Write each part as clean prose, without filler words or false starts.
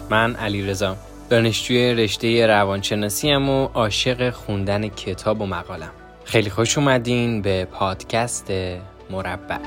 من علیرضا، دانشجوی رشته روانشناسی ام و عاشق خوندن کتاب و مقالم. خیلی خوش اومدین به پادکست مربع.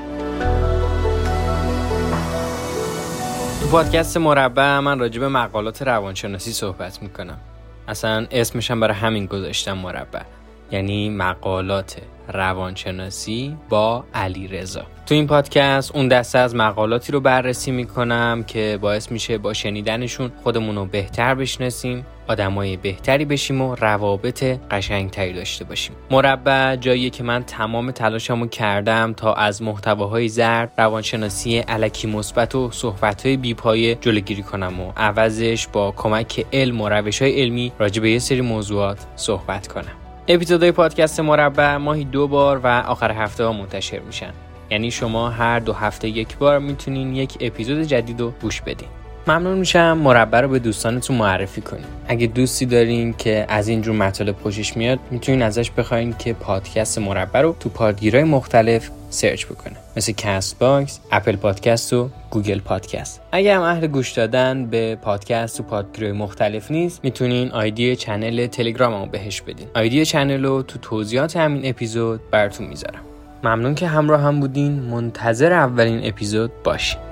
تو پادکست مربع من راجع به مقالات روانشناسی صحبت میکنم. اصلا اسمشم برای همین گذاشتم مربع، یعنی مقالات روانشناسی با علیرضا. تو این پادکست اون دسته از مقالاتی رو بررسی میکنم که باعث میشه با شنیدنشون خودمون رو بهتر بشناسیم، آدمای بهتری بشیم و روابط قشنگتری داشته باشیم. مربع جاییه که من تمام تلاشمو کردم تا از محتواهای زرد، روانشناسی الکی مثبت و صحبت‌های بی‌پایه جلوگیری کنم و عوضش با کمک علم و روش‌های علمی راجع به یه سری موضوعات صحبت کنم. اپیزودهای پادکست مربع ماهی 2 بار و آخر هفته ها منتشر میشن. یعنی شما هر 2 هفته یک بار میتونین یک اپیزود جدید رو گوش بدین. ممنون میشم مربع رو به دوستانتون معرفی کنین. اگه دوستی دارین که از اینجور مطالب خوشش میاد، میتونین ازش بخواین که پادکست مربع رو تو پادگیرهای مختلف سرچ بکنه، مثل کست باکس، اپل پادکست و گوگل پادکست. اگه هم اهل گوش دادن به پادکست و پادگیرهای مختلف نیست، میتونین آیدی چنل تلگراممو بهش بدین. آیدی چنل رو تو توضیحات همین اپیزود براتون میذارم. ممنون که همراه هم بودین. منتظر اولین اپیزود باشین.